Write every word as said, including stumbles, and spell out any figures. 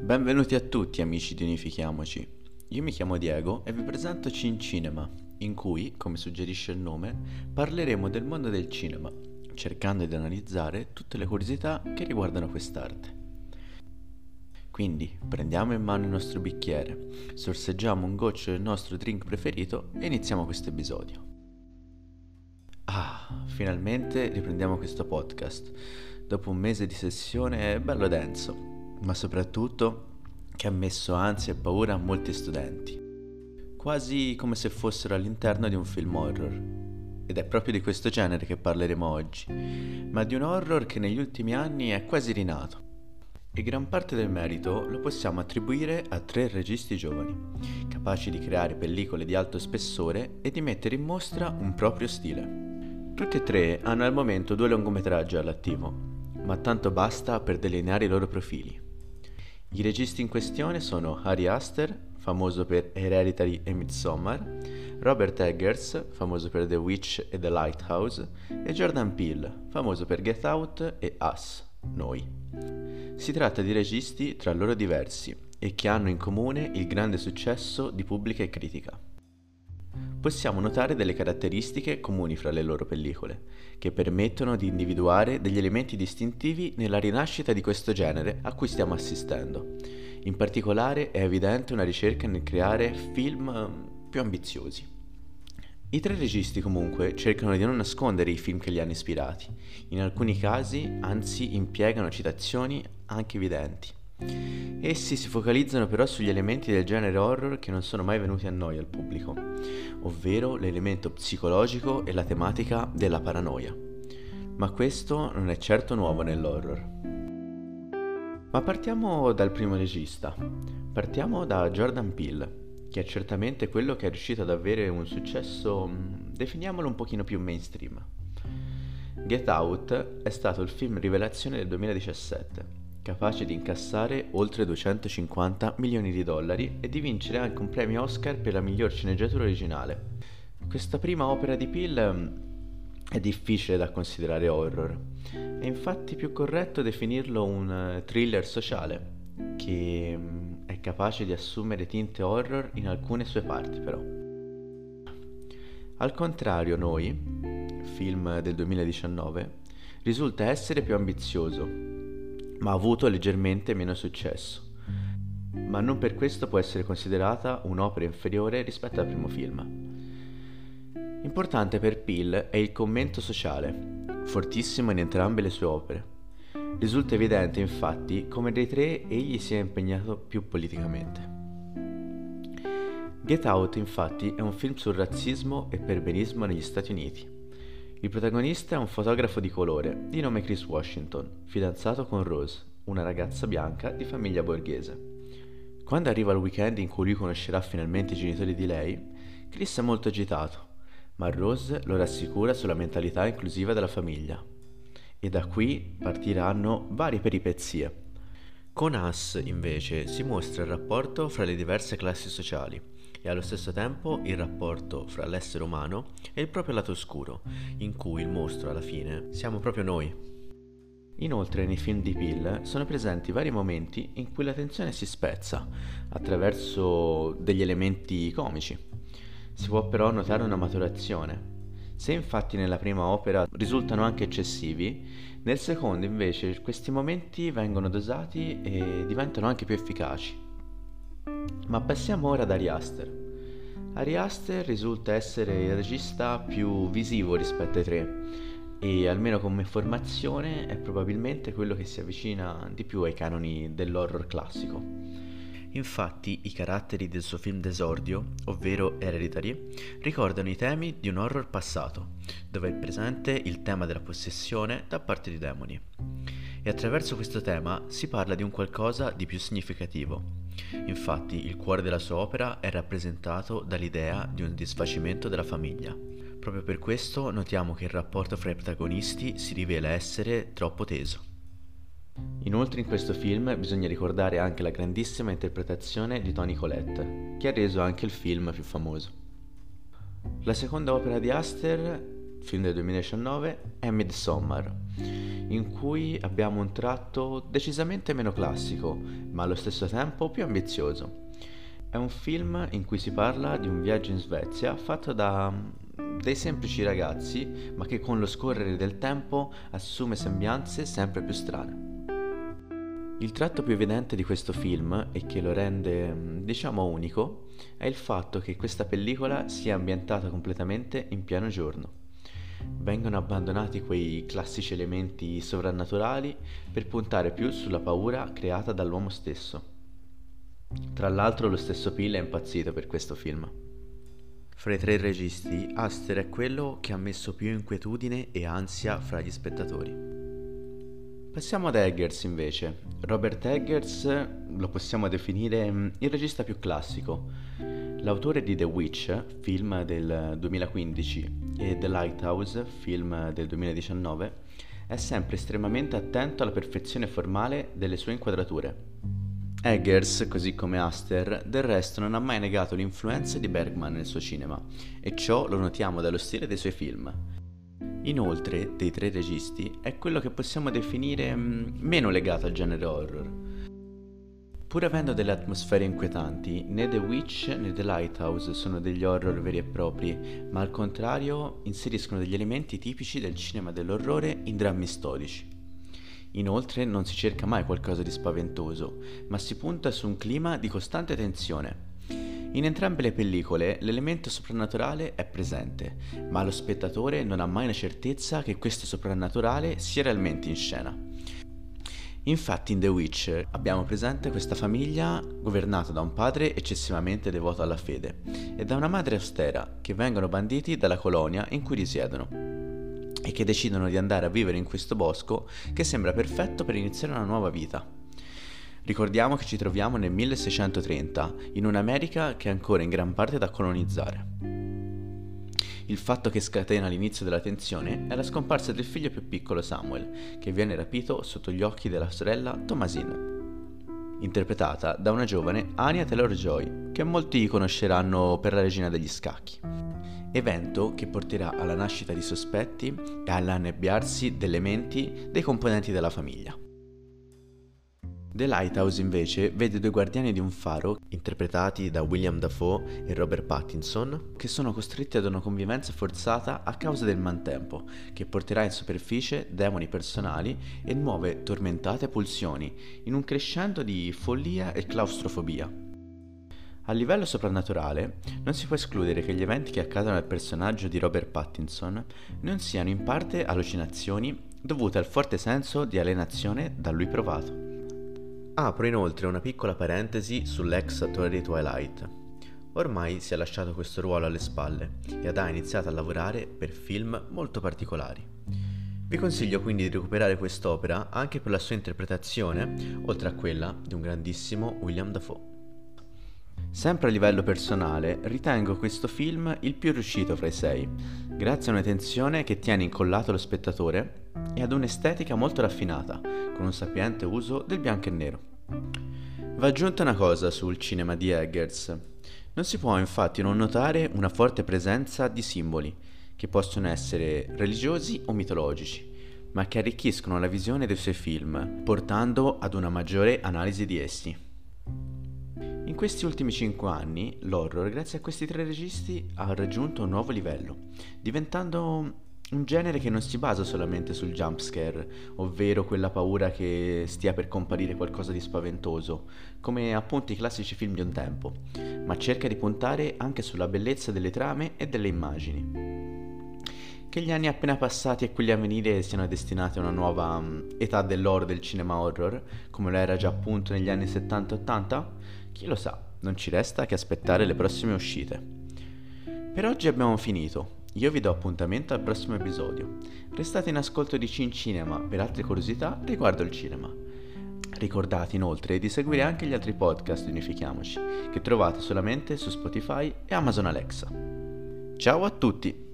Benvenuti a tutti amici di Unifichiamoci. Io mi chiamo Diego e vi presento Cincinema, in cui, come suggerisce il nome, parleremo del mondo del cinema, cercando di analizzare tutte le curiosità che riguardano quest'arte. Quindi prendiamo in mano il nostro bicchiere, sorseggiamo un goccio del nostro drink preferito e iniziamo questo episodio. Ah, finalmente riprendiamo questo podcast, dopo un mese di sessione bello denso, ma soprattutto che ha messo ansia e paura a molti studenti, quasi come se fossero all'interno di un film horror. Ed è proprio di questo genere che parleremo oggi, ma di un horror che negli ultimi anni è quasi rinato. E gran parte del merito lo possiamo attribuire a tre registi giovani, capaci di creare pellicole di alto spessore e di mettere in mostra un proprio stile. Tutti e tre hanno al momento due lungometraggi all'attivo, ma tanto basta per delineare i loro profili. I registi in questione sono Ari Aster, famoso per Hereditary e Midsommar, Robert Eggers, famoso per The Witch e The Lighthouse, e Jordan Peele, famoso per Get Out e Us, Noi. Si tratta di registi tra loro diversi e che hanno in comune il grande successo di pubblica e critica. Possiamo notare delle caratteristiche comuni fra le loro pellicole, che permettono di individuare degli elementi distintivi nella rinascita di questo genere a cui stiamo assistendo. In particolare è evidente una ricerca nel creare film più ambiziosi. I tre registi comunque cercano di non nascondere i film che li hanno ispirati, in alcuni casi anzi impiegano citazioni anche evidenti. Essi si focalizzano però sugli elementi del genere horror che non sono mai venuti a noi al pubblico, ovvero l'elemento psicologico e la tematica della paranoia. Ma questo non è certo nuovo nell'horror. Ma partiamo dal primo regista. Partiamo da Jordan Peele, che è certamente quello che è riuscito ad avere un successo, definiamolo un pochino più mainstream. Get Out è stato il film rivelazione del duemiladiciassette, capace di incassare oltre duecentocinquanta milioni di dollari e di vincere anche un premio Oscar per la miglior sceneggiatura originale. Questa prima opera di Peele è difficile da considerare horror, è infatti più corretto definirlo un thriller sociale, che è capace di assumere tinte horror in alcune sue parti però. Al contrario, Noi, film del duemiladiciannove, risulta essere più ambizioso, ma ha avuto leggermente meno successo, ma non per questo può essere considerata un'opera inferiore rispetto al primo film. Importante per Peele è il commento sociale, fortissimo in entrambe le sue opere. Risulta evidente infatti come dei tre egli sia impegnato più politicamente. Get Out infatti è un film sul razzismo e perbenismo negli Stati Uniti. Il protagonista è un fotografo di colore di nome Chris Washington, fidanzato con Rose, una ragazza bianca di famiglia borghese. Quando arriva il weekend in cui lui conoscerà finalmente i genitori di lei, Chris è molto agitato, ma Rose lo rassicura sulla mentalità inclusiva della famiglia. E da qui partiranno varie peripezie. Con Us, invece, si mostra il rapporto fra le diverse classi sociali e allo stesso tempo il rapporto fra l'essere umano e il proprio lato oscuro, in cui il mostro alla fine siamo proprio noi. Inoltre nei film di Peele sono presenti vari momenti in cui la tensione si spezza attraverso degli elementi comici. Si può però notare una maturazione. Se infatti nella prima opera risultano anche eccessivi, nel secondo invece questi momenti vengono dosati e diventano anche più efficaci. Ma passiamo ora ad Ari Aster. Ari Aster risulta essere il regista più visivo rispetto ai tre e almeno come formazione è probabilmente quello che si avvicina di più ai canoni dell'horror classico. Infatti i caratteri del suo film d'esordio, ovvero Hereditary, ricordano i temi di un horror passato, dove è presente il tema della possessione da parte di demoni. E attraverso questo tema si parla di un qualcosa di più significativo. Infatti il cuore della sua opera è rappresentato dall'idea di un disfacimento della famiglia. Proprio per questo notiamo che il rapporto fra i protagonisti si rivela essere troppo teso. Inoltre in questo film bisogna ricordare anche la grandissima interpretazione di Toni Collette, che ha reso anche il film più famoso. La seconda opera di Aster, film del duemiladiciannove, è Midsommar. in cui abbiamo un tratto decisamente meno classico, ma allo stesso tempo più ambizioso. È un film in cui si parla di un viaggio in Svezia fatto da dei semplici ragazzi, ma che con lo scorrere del tempo assume sembianze sempre più strane. Il tratto più evidente di questo film e che lo rende, diciamo, unico è il fatto che questa pellicola sia ambientata completamente in pieno giorno. Vengono abbandonati quei classici elementi sovrannaturali per puntare più sulla paura creata dall'uomo stesso. Tra l'altro lo stesso Peele è impazzito per questo film. Fra i tre registi, Aster è quello che ha messo più inquietudine e ansia fra gli spettatori. Passiamo ad Eggers invece. Robert Eggers lo possiamo definire il regista più classico. L'autore di The Witch, film del duemilaquindici, e The Lighthouse, film del duemiladiciannove, è sempre estremamente attento alla perfezione formale delle sue inquadrature. Eggers, così come Aster, del resto non ha mai negato l'influenza di Bergman nel suo cinema, e ciò lo notiamo dallo stile dei suoi film. Inoltre, dei tre registi, è quello che possiamo definire mh, meno legato al genere horror. Pur avendo delle atmosfere inquietanti, né The Witch né The Lighthouse sono degli horror veri e propri, ma al contrario inseriscono degli elementi tipici del cinema dell'orrore in drammi storici. Inoltre non si cerca mai qualcosa di spaventoso, ma si punta su un clima di costante tensione. In entrambe le pellicole l'elemento soprannaturale è presente, ma lo spettatore non ha mai la certezza che questo soprannaturale sia realmente in scena. Infatti in The Witch abbiamo presente questa famiglia governata da un padre eccessivamente devoto alla fede e da una madre austera che vengono banditi dalla colonia in cui risiedono e che decidono di andare a vivere in questo bosco che sembra perfetto per iniziare una nuova vita. Ricordiamo che ci troviamo nel milleseicentotrenta, in un'America che è ancora in gran parte da colonizzare. Il fatto che scatena l'inizio della tensione è la scomparsa del figlio più piccolo Samuel, che viene rapito sotto gli occhi della sorella Thomasine, interpretata da una giovane Anya Taylor-Joy, che molti conosceranno per la regina degli scacchi. Evento che porterà alla nascita di sospetti e all'annebbiarsi delle menti dei componenti della famiglia. The Lighthouse invece vede due guardiani di un faro, interpretati da William Dafoe e Robert Pattinson, che sono costretti ad una convivenza forzata a causa del maltempo, che porterà in superficie demoni personali e nuove tormentate pulsioni, in un crescendo di follia e claustrofobia. A livello soprannaturale, non si può escludere che gli eventi che accadono al personaggio di Robert Pattinson non siano in parte allucinazioni dovute al forte senso di alienazione da lui provato. Apro inoltre una piccola parentesi sull'ex attore di Twilight. Ormai si è lasciato questo ruolo alle spalle ed ha iniziato a lavorare per film molto particolari. Vi consiglio quindi di recuperare quest'opera anche per la sua interpretazione, oltre a quella di un grandissimo William Dafoe. Sempre a livello personale, ritengo questo film il più riuscito fra i sei, grazie a una tensione che tiene incollato lo spettatore e ad un'estetica molto raffinata, con un sapiente uso del bianco e nero. Va aggiunta una cosa sul cinema di Eggers. Non si può infatti non notare una forte presenza di simboli, che possono essere religiosi o mitologici, ma che arricchiscono la visione dei suoi film, portando ad una maggiore analisi di essi. In questi ultimi cinque anni, l'horror, grazie a questi tre registi, ha raggiunto un nuovo livello, diventando un genere che non si basa solamente sul jumpscare, ovvero quella paura che stia per comparire qualcosa di spaventoso, come appunto i classici film di un tempo, ma cerca di puntare anche sulla bellezza delle trame e delle immagini. Che gli anni appena passati e quelli a venire siano destinati a una nuova um, età dell'oro del cinema horror, come lo era già appunto negli anni settanta ottanta? Chi lo sa, non ci resta che aspettare le prossime uscite. Per oggi abbiamo finito. Io vi do appuntamento al prossimo episodio. Restate in ascolto di Cin Cinema per altre curiosità riguardo il cinema. Ricordate inoltre di seguire anche gli altri podcast di Unifichiamoci, che trovate solamente su Spotify e Amazon Alexa. Ciao a tutti!